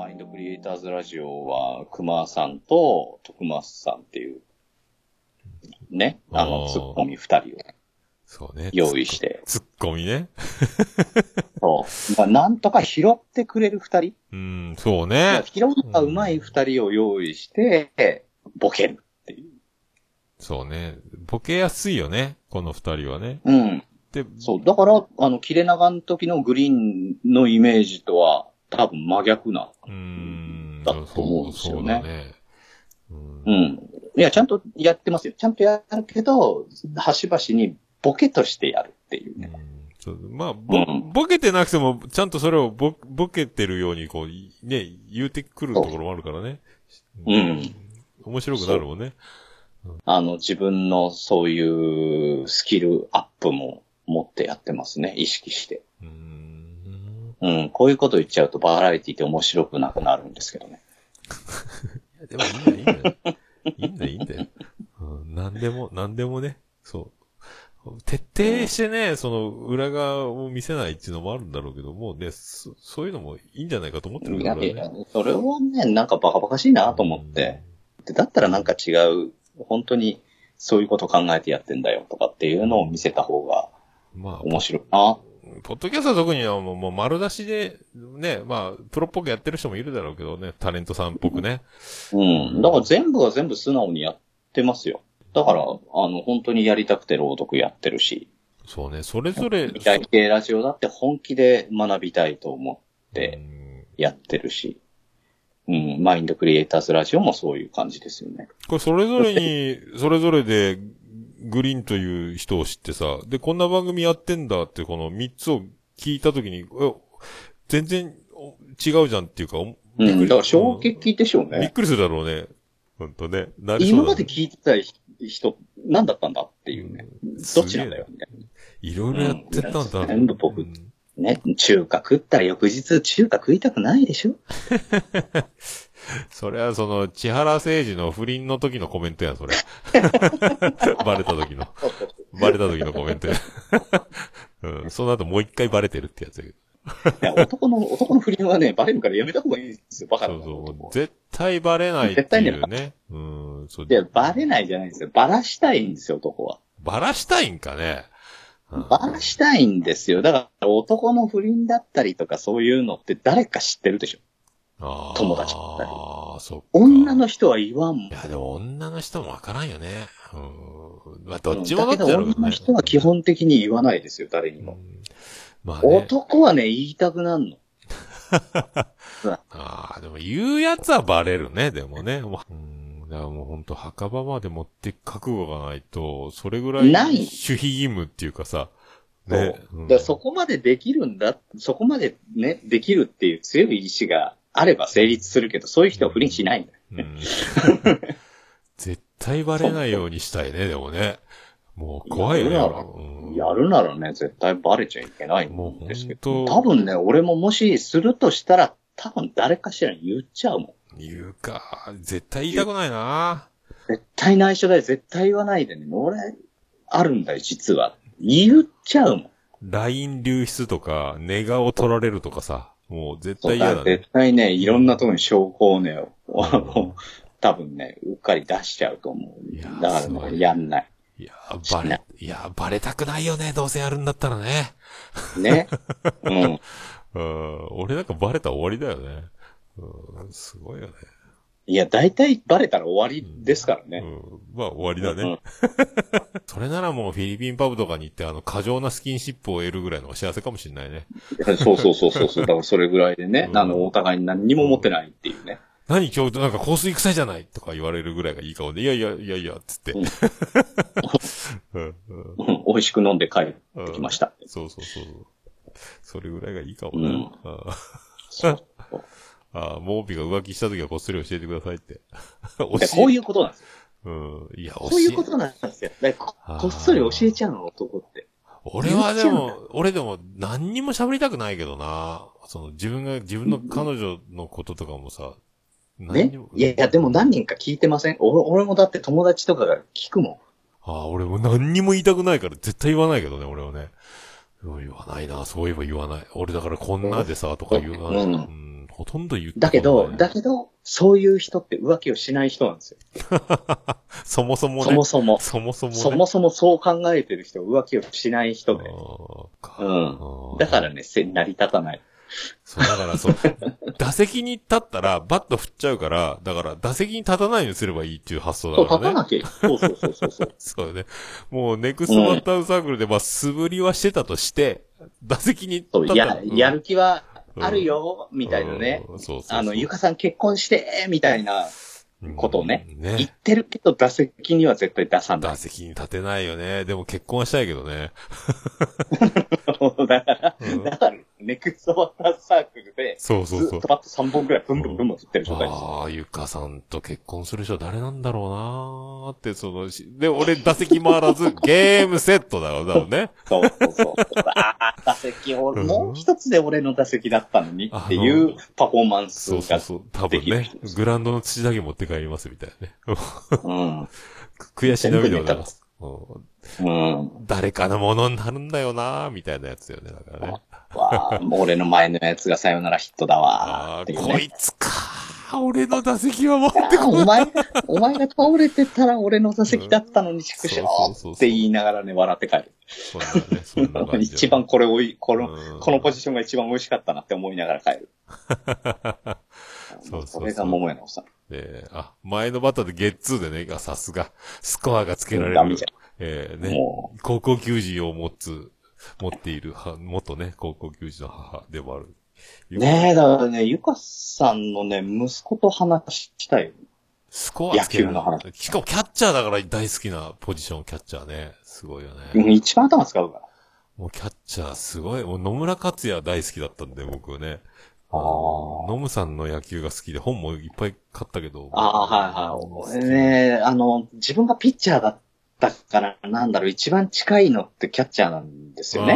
マインドクリエイターズラジオは、熊さんと徳松さんっていう、ね、ツッコミ二人を。 そうね。 用意して。 ツッコミね。 そう。まあ、なんとか拾ってくれる二人。そうね。 拾うのが上手い二人を用意して、ボケるっていう。 そうね。ボケやすいよね。この二人はね。 うん。で、そう。だから、切れ長の時のグリーンのイメージとは、多分真逆な。だと思うんですよね。そうだね。うん。いや、ちゃんとやってますよ。ちゃんとやるけど、端々にボケとしてやるっていうね。 まあ、ボケてなくても、ちゃんとそれをボケてるように、こう、ね、言うてくるところもあるからね。面白くなるもんね。 自分のそういうスキルアップも持ってやってますね。意識して。こういうこと言っちゃうとバラエティって面白くなくなるんですけどね。 いや、でもいいんだよ。いいんだよ。なんでもね、そう。徹底してね、その裏側を見せないっていうのもあるんだろうけども、ね、そういうのもいいんじゃないかと思ってるからね。 いや、それはね、なんかバカバカしいなと思って。だったらなんか違う、本当にそういうこと考えてやってんだよとかっていうのを見せた方が面白いな。 ポッドキャストは特にはもう丸出しで、ね、まあ、プロっぽくやってる人もいるだろうけどね、タレントさんっぽくね。 だから全部が全部素直にやってますよ。だから、本当にやりたくて朗読やってるし。 そうね、それぞれ。 未来系ラジオだって本気で学びたいと思ってやってるし。マインドクリエイターズラジオもそういう感じですよね。 これそれぞれに、それぞれで、グリーンという人を知ってさ、で、こんな番組やってんだって、この3つを聞いたときに、全然違うじゃんっていうか、 だから衝撃でしょうね。 びっくりするだろうね。ほんとね。 今まで聞いてた人、何だったんだっていうね。どっちなんだよ、みたいな。 いろいろやってたんだ。 全部僕、ね、中華食ったら翌日中華食いたくないでしょそれは千原誠二の不倫の時のコメントや、それ。バレた時のコメントや。その後もう一回バレてるってやつやけど。 いや、男の不倫はね、バレるからやめた方がいいですよ、バカだから。 そう。絶対バレないっていうね。絶対ね。 いや、バレないじゃないんですよ。バラしたいんですよ、男は。 バラしたいんかね。 バラしたいんですよ。だから男の不倫だったりとかそういうのって誰か知ってるでしょ。友達だったり。そっか。女の人は言わんもん。 いや、でも女の人もわからんよね。まあ、どっちもどっちだろうね。 女の人は基本的に言わないですよ、誰にも。まあね、男はね、言いたくなんの。 でも言うやつはバレるね、でもね。だからもう本当墓場まで持って覚悟がないと、それぐらい守秘義務っていうかさ、ね。 そこまでできるんだ、そこまでね、できるっていう強い意志があれば成立するけど、そういう人は不倫しないんだよ。 絶対バレないようにしたいね、でもね。もう怖いよね。 やるならね、絶対バレちゃいけないんですけど。多分ね、俺ももしするとしたら、多分誰かしらに言っちゃうもん。 言うか。絶対言いたくないな。 絶対内緒だよ。絶対言わないでね。俺、あるんだよ、実は。言っちゃうもん。 LINE 流出とか、寝顔取られるとかさ。もう絶対嫌だね。 絶対ね、いろんなところに証拠をね、多分ね、うっかり出しちゃうと思う。だからね、やんない。 バレたくないよね、どうせやるんだったらね。 ね。 俺なんかバレたら終わりだよね。すごいよね。 いや、大体バレたら終わりですからね。 まあ終わりだね。それならもうフィリピンパブとかに行って過剰なスキンシップを得るぐらいの幸せかもしれないね。 そう。だからそれぐらいでね、お互いに何にも持ってないっていうね。 何今日なんか香水臭いじゃないとか言われるぐらいがいい顔で、いや、つって。 美味しく飲んで帰ってきました。 そう。それぐらいがいいかもね。モーピが浮気した時はこっそり教えてくださいって。 こういうことなんですよ。 いや、 こういうことなんですよ。こっそり教えちゃうの、男って。 俺でも何にも喋りたくないけどな。自分の彼女のこととかもさ、 ね。いや、でも何人か聞いてません？俺もだって友達とかが聞くもん。俺も何にも言いたくないから絶対言わないけどね、俺はね。言わないな、そういえば言わない。俺だからこんなでさ、とか言わない。 ほとんど言ってだけど、そういう人って浮気をしない人なんですよ。 そもそもね。 そもそも。 そもそもね。 そもそもそう考えてる人、浮気をしない人で。だからね、成り立たない。 そう、だからそう、打席に立ったら、バット振っちゃうから、だから打席に立たないようにすればいいっていう発想だからね。 そう、立たなきゃいい。そう。 そうね。もう、ネクストバッターズサークルで、まあ、素振りはしてたとして、打席に立ったら。 やる気はあるよ、みたいなね。ゆかさん結婚して、みたいなことをね。言ってるけど、打席には絶対出さない。 打席に立てないよね。でも結婚はしたいけどね。 だから、ネクストバッターズサークルで、 ずっとバット3本くらいブンブン振ってる状態です。 ああ、ゆかさんと結婚する人誰なんだろうなーって、で、俺打席回らず、ゲームセットだろうね。 そう。打席を、もう一つで俺の打席だったのにっていうパフォーマンスが。 そう。多分ね、グラウンドの土だけ持って帰りますみたいなね。悔し涙を流す。誰かのものになるんだよなーみたいなやつよね、だからね。 俺の前のやつがさよならヒットだわーっていうね。 こいつかー、俺の打席は持ってこない。お前が倒れてたら俺の打席だったのに畜生って言いながらね、笑って帰る。 そんな感じ。 一番このポジションが一番美味しかったなって思いながら帰る。それが桃屋のおっさん。 前のバッターでゲッツーでね、さすが、スコアがつけられる。高校球児を持っている、元ね、高校球児の母でもある。 ねえ、だからね、ゆかさんのね、息子と話したい。 スコアつける。野球の話。しかもキャッチャーだから大好きなポジション、キャッチャーね。すごいよね。 一番頭使うから。 もうキャッチャーすごい。もう野村克也大好きだったんで、僕ね。ノムさんの野球が好きで本もいっぱい買ったけど。 はい。ね自分がピッチャーだったから、一番近いのってキャッチャーなんですよね。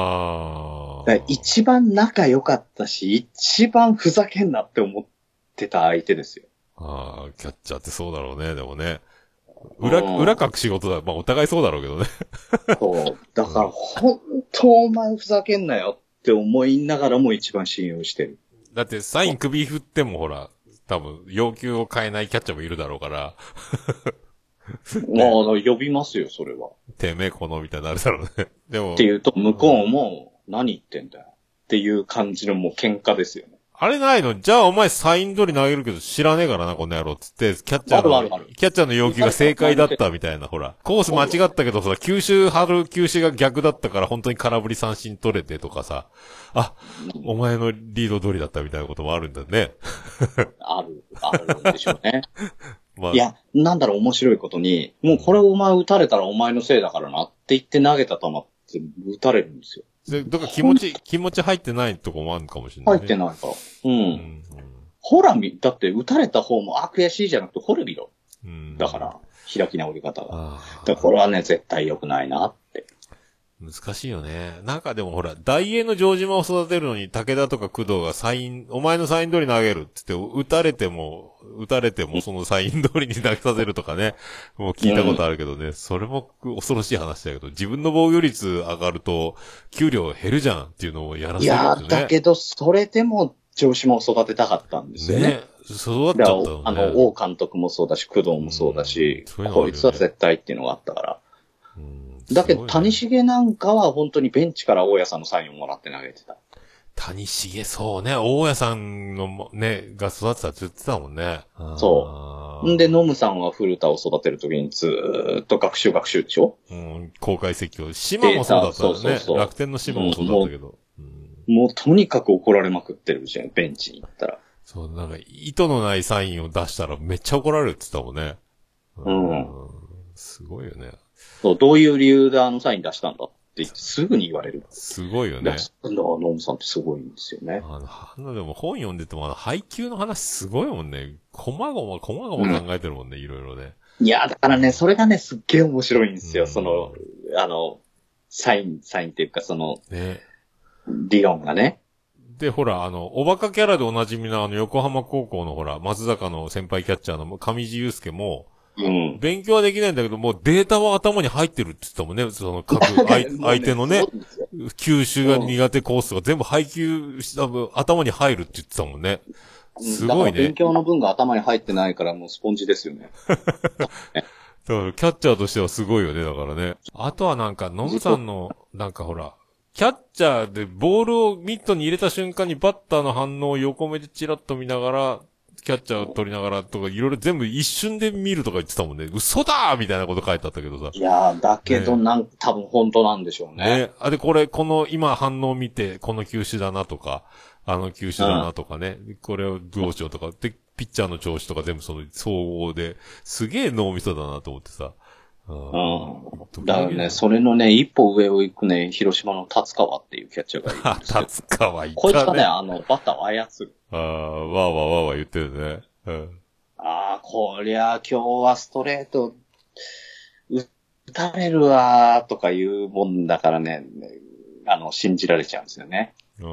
一番仲良かったし、一番ふざけんなって思ってた相手ですよ。 キャッチャーってそうだろうね、でもね。裏書く仕事だ。まあ、お互いそうだろうけどね。 そう。だから、本当お前ふざけんなよって思いながらも一番信用してる。 だって、サイン首振ってもほら、多分、要求を変えないキャッチャーもいるだろうから。 呼びますよ、それは。 てめえこのみたいになるだろうね。でも。 って言うと、向こうも、何言ってんだよ。っていう感じのもう喧嘩ですよね。 あれないの？じゃあお前サイン通り投げるけど知らねえからな、この野郎っつって、キャッチャーの要求が正解だったみたいな、ほら。コース間違ったけど、そら、球種が逆だったから本当に空振り三振取れてとかさ。お前のリード通りだったみたいなこともあるんだね。あるんでしょうね。いや、面白いことに、もうこれお前打たれたらお前のせいだからなって言って投げた球って打たれるんですよ。 だから気持ち入ってないとこもあるかもしれない、ね。 入ってないから。ほらだって打たれた方も悔しいじゃなくてほれ見ろ。だから、開き直り方が。だからこれはね、絶対良くないなって。 難しいよね。なんかでもほら、大英の城島を育てるのに武田とか工藤がお前のサイン通り投げるって言って、打たれてもそのサイン通りに投げさせるとかね。もう聞いたことあるけどね。それも恐ろしい話だけど、自分の防御率上がると、給料減るじゃんっていうのをやらせるんですね。 だけど、それでも城島を育てたかったんですよね。 育っちゃったよね。 王監督もそうだし、工藤もそうだし、こいつは絶対っていうのがあったから。だけど、谷繁なんかは本当にベンチから大家さんのサインをもらって投げてた。 谷繁、そうね。大家さんのね、が育てたって言ってたもんね。 そう。んで、ノムさんは古田を育てるときにずーっと学習でしょ？ 公開説教。島もそうだったよね。そう楽天の島もそうだったけど。 もうとにかく怒られまくってるじゃん、ベンチに行ったら。 そう、なんか、意図のないサインを出したらめっちゃ怒られるって言ったもんね。すごいよね。 そう、どういう理由でサイン出したんだって言ってすぐに言われる。 すごいよね。 ノムさんってすごいんですよね。 でも本読んでても配球の話すごいもんね。こまごま考えてるもんね、いろいろね。 いや、だからね、それがね、すっげえ面白いんですよ。サインっていうか、ね。理論がね。 で、ほら、おバカキャラでおなじみの横浜高校のほら、松坂の先輩キャッチャーの上地雄介も、勉強はできないんだけど、もうデータは頭に入ってるって言ったもんね。各相手のね、 球種が苦手コースが全部配球頭に入るって言ってたもんね。すごいね。 勉強の分が頭に入ってないからもうスポンジですよね。 だからキャッチャーとしてはすごいよね、だからね。あとはなんか、ノブさんの、なんかほら、キャッチャーでボールをミットに入れた瞬間にバッターの反応を横目でチラッと見ながら、キャッチャーを取りながらとか、いろいろ全部一瞬で見るとか言ってたもんね。嘘だーみたいなこと書いてあったけどさ。 いやー、だけど多分本当なんでしょうね。 ね。で、この今反応を見て、この球種だなとか、あの球種だなとかね。これをどうしようとか。で、ピッチャーの調子とか全部その総合で、すげえ脳みそだなと思ってさ。 だからね、それのね、一歩上を行くね、広島の達川っていうキャッチャーがいるんですよ。 達川いたね。 こいつはね、バッターを操る。 わーわー言ってるね。 こりゃ、今日はストレート、打たれるわーとかいうもんだからね、信じられちゃうんですよね。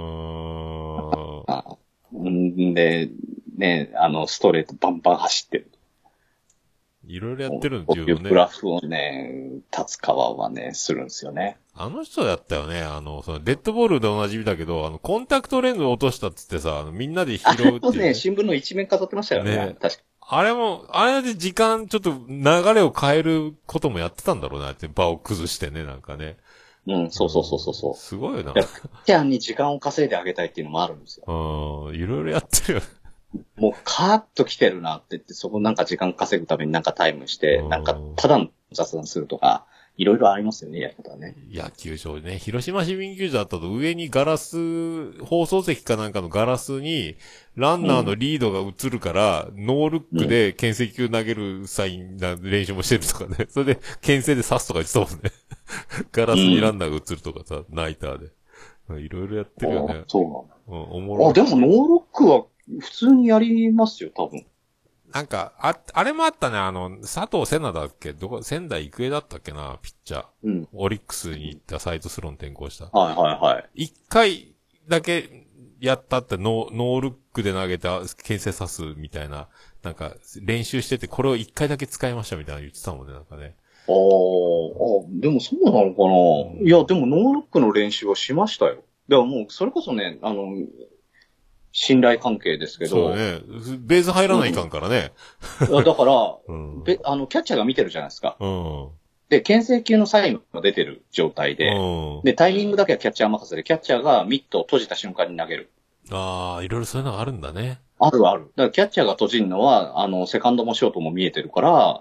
で、ね、ストレートバンバン走ってる。 いろいろやってるんだよね。 グラフをね、達川はね、するんですよね。 あの人だったよね。そのデッドボールでおなじみだけど、コンタクトレンズを落としたっつってさ、みんなで拾うっていう、 ね。新聞の一面飾ってましたよね。確かあれで時間、ちょっと流れを変えることもやってたんだろうなって、場を崩してね、なんかね。 そう。 すごいな。 キャッチャーに時間を稼いであげたいっていうのもあるんですよ。いろいろやってるよ。 もうカーッと来てるなって言って、そこなんか時間稼ぐためになんかタイムして、なんかただの雑談するとか、いろいろありますよね、やり方ね。 野球場ね。広島市民球場だったと上にガラス、放送席かなんかのガラスに、ランナーのリードが映るから、ノールックで牽制球投げるサインな練習もしてるとかね。それで牽制で刺すとか言ってたもんね。ガラスにランナーが映るとかさ、ナイターで。いろいろやってるよね。 そうなの。おもろい。 でもノールックは普通にやりますよ、多分。 なんか、あれもあったね、佐藤瀬名だっけ仙台育英だったっけな、ピッチャー。オリックスに行ったサイトスロン転向した。一回だけやったってノールックで投げた牽制刺すみたいな、なんか練習しててこれを一回だけ使いましたみたいな言ってたもんね、なんかね。 でもそうなのかな、いや、でもノールックの練習はしましたよ。でももう、それこそね、信頼関係ですけど。 そうね。ベース入らないかんからね。 だから、キャッチャーが見てるじゃないですか。で、牽制球のサインが出てる状態で、で、タイミングだけはキャッチャー任せで、キャッチャーがミットを閉じた瞬間に投げる。 いろいろそういうのがあるんだね。 ある。だからキャッチャーが閉じるのは、セカンドもショートも見えてるから、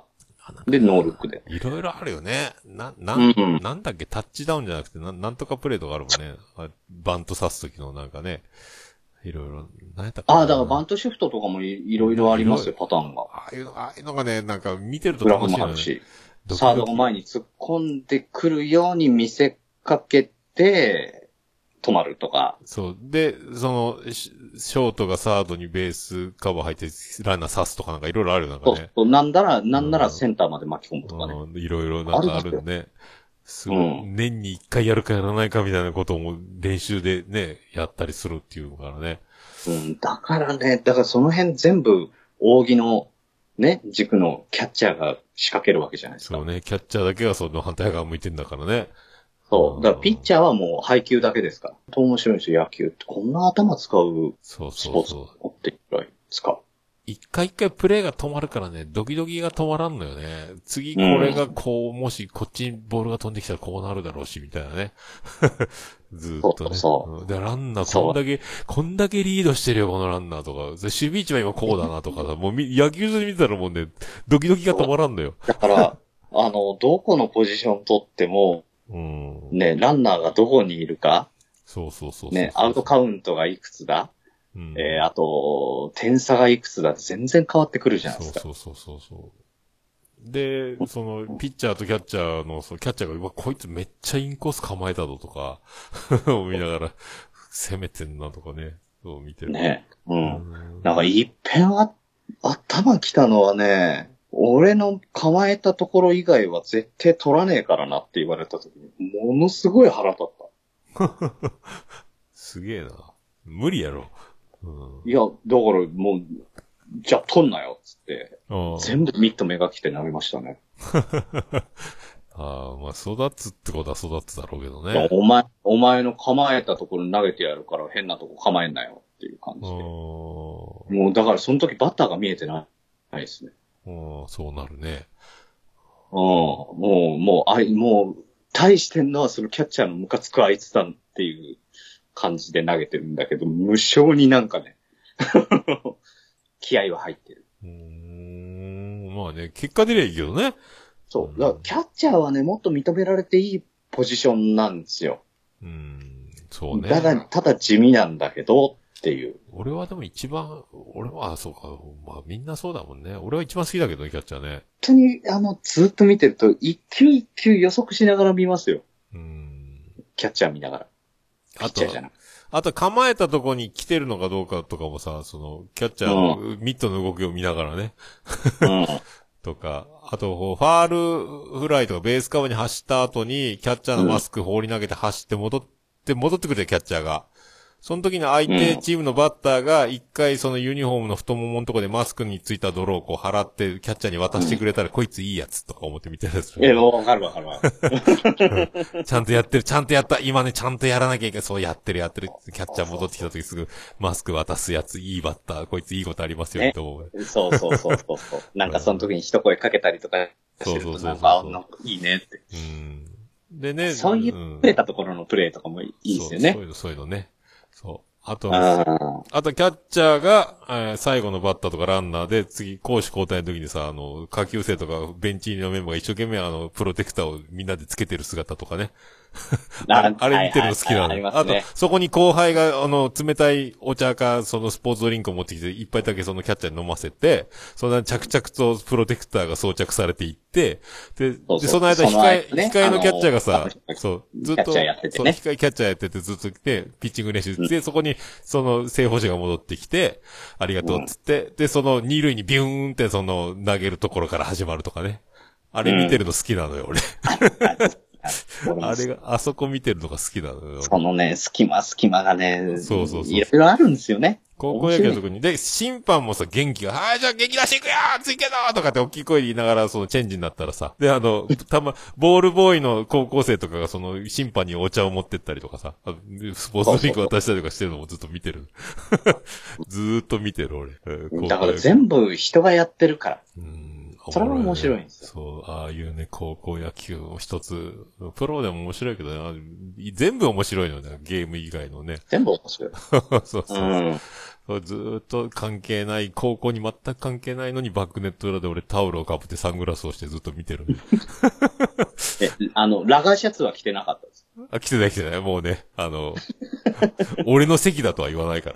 で、ノールックで。 いろいろあるよね。なんだっけ、タッチダウンじゃなくて、なんとかプレーとかあるもんね。バント刺すときのなんかね。いろいろ、何やったかな。 だからバントシフトとかもいろいろありますよ、パターンが。 ああいうのがね、なんか見てると楽しいよね。 グラフもあるし。サードが前に突っ込んでくるように見せかけて、止まるとか。 そう。で、ショートがサードにベースカバー入って、ランナー刺すとかなんかいろいろあるよ、なんかね。 そう。なんならセンターまで巻き込むとかね。 いろいろなんかあるね。年に一回やるかやらないかみたいなことも練習でね、やったりするっていうからね。 だからその辺全部、扇のね、軸のキャッチャーが仕掛けるわけじゃないですか。 そうね、キャッチャーだけがその反対側向いてんだからね。 そう。だからピッチャーはもう配球だけですから。面白いんですよ、野球って。こんな頭使うスポーツってくらい使う。 一回プレーが止まるからね、ドキドキが止まらんのよね。次これがこう、もしこっちにボールが飛んできたらこうなるだろうし、みたいなね。ずーっとね。 そう。 で、ランナーこんだけリードしてるよ、このランナーとか。守備位置は今こうだなとかさ、もう野球場で見てたらもうね、ドキドキが止まらんのよ。 だから、どこのポジション取っても、ね、ランナーがどこにいるか。 そう。 ね、アウトカウントがいくつだ。あと、点差がいくつだって全然変わってくるじゃないですか。 そう。で、ピッチャーとキャッチャーの、キャッチャーが、こいつめっちゃインコース構えたぞとか、を見ながら、攻めてんなとかね、そう見てる。 ね。なんか一遍頭きたのはね、俺の構えたところ以外は絶対取らねえからなって言われた時に、ものすごい腹立った。 すげえな。無理やろ。 いや、だからもう、じゃあ取んなよっつって、全部ミット目が来て投げましたね。 ああ、まあ育つってことは育つだろうけどね。 お前の構えたところに投げてやるから変なとこ構えんなよっていう感じで。もうだからその時バッターが見えてないですね。 そうなるね。 もう、対してんのはそのキャッチャーのムカつくあいつだっていう感じで投げてるんだけど、無性になんかね、気合は入ってる。 まあね、結果出りゃいいけどね。 そう。だからキャッチャーはね、もっと認められていいポジションなんですよ。 そうね。 ただ地味なんだけどっていう。 俺はでもそうか。まあみんなそうだもんね。俺は一番好きだけどね、キャッチャーね。 本当に、ずっと見てると、一球一球予測しながら見ますよ。キャッチャー見ながら。ピッチャーじゃなくて。 あと構えたとこに来てるのかどうかとかもさ、その、キャッチャーのミットの動きを見ながらね。とか、あと、ファールフライとかベースカバーに走った後に、キャッチャーのマスク放り投げて走って戻ってくるキャッチャーが。その時の相手チームのバッターが一回そのユニフォームの太もものとこでマスクについた泥をこう払ってキャッチャーに渡してくれたら、こいついいやつとか思って見てるんですよ。 わかる。 ちゃんとやった。今ね、ちゃんとやらなきゃいけない。そうやってる。キャッチャー戻ってきた時すぐマスク渡すやつ、いいバッター。こいついいことありますよ、と思う。 そう。なんかその時に一声かけたりとかしてるとなんかいいねって。 でね。 そういうプレーたところのプレーとかもいいですよね。 そういうのね。そう。あと、キャッチャーが、最後のバッターとかランナーで、次、攻守交代の時にさ、下級生とかベンチのメンバーが一生懸命プロテクターをみんなでつけてる姿とかね。あれ見てるの好きなの。あと、そこに後輩が、冷たいお茶か、そのスポーツドリンクを持ってきて、一杯だけそのキャッチャーに飲ませて、そんな着々とプロテクターが装着されていって、で、その間、控えのキャッチャーがさ、そう、ずっと、そう、控えキャッチャーやっててずっと来て、ピッチング練習で、そこに、その、正捕手が戻ってきて、ありがとうっつって、で、その、二塁にビューンってその、投げるところから始まるとかね。あれ見てるの好きなのよ、俺。あれが、あそこ見てるのが好きなのよ。 そのね、隙間がね、 そう。 いろいろあるんですよね。 高校野球の時に。で、審判もさ、元気が、はい、じゃあ元気出していくよーついけどーとかって大きい声で言いながら、そのチェンジになったらさ。で、ボールボーイの高校生とかがその審判にお茶を持ってったりとかさ、スポーツドリンク渡したりとかしてるのもずっと見てる。ずーっと見てる俺。 だから全部人がやってるから。それも面白いんですよ。 そう、ああいうね、高校野球も一つ、プロでも面白いけどね、全部面白いのね、ゲーム以外のね。 全部面白い。 そう。ずーっと関係ない、高校に全く関係ないのにバックネット裏で俺タオルをかぶってサングラスをしてずっと見てる。 ラガーシャツは着てなかったです。 着てない。もうね、俺の席だとは言わないから。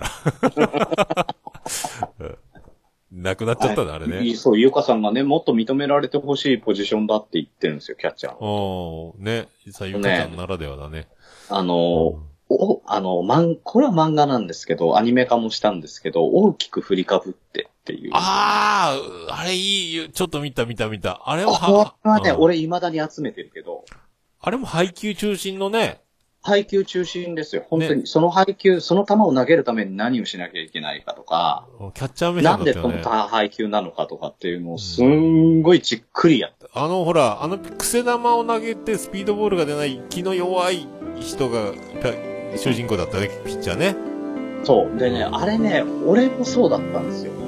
なくなっちゃったね、あれね。 そう、ゆかさんがね、もっと認められてほしいポジションだって言ってるんですよ、キャッチャー。 ね。さあ、ゆかちゃんならではだね。 これは漫画なんですけど、アニメ化もしたんですけど、大きく振りかぶってっていう。 あれいいよ。ちょっと見た。あれはね、俺未だに集めてるけど。 あれも配球中心のね。 配球中心ですよ。本当に、その配球、その球を投げるために何をしなきゃいけないかとか、 キャッチャー目線だったよね。 なんでこの配球なのかとかっていうのをすんごいじっくりやった。 ほら、癖玉を投げてスピードボールが出ない気の弱い人が主人公だったね、ピッチャーね。 そう。でね、あれね、俺もそうだったんですよ。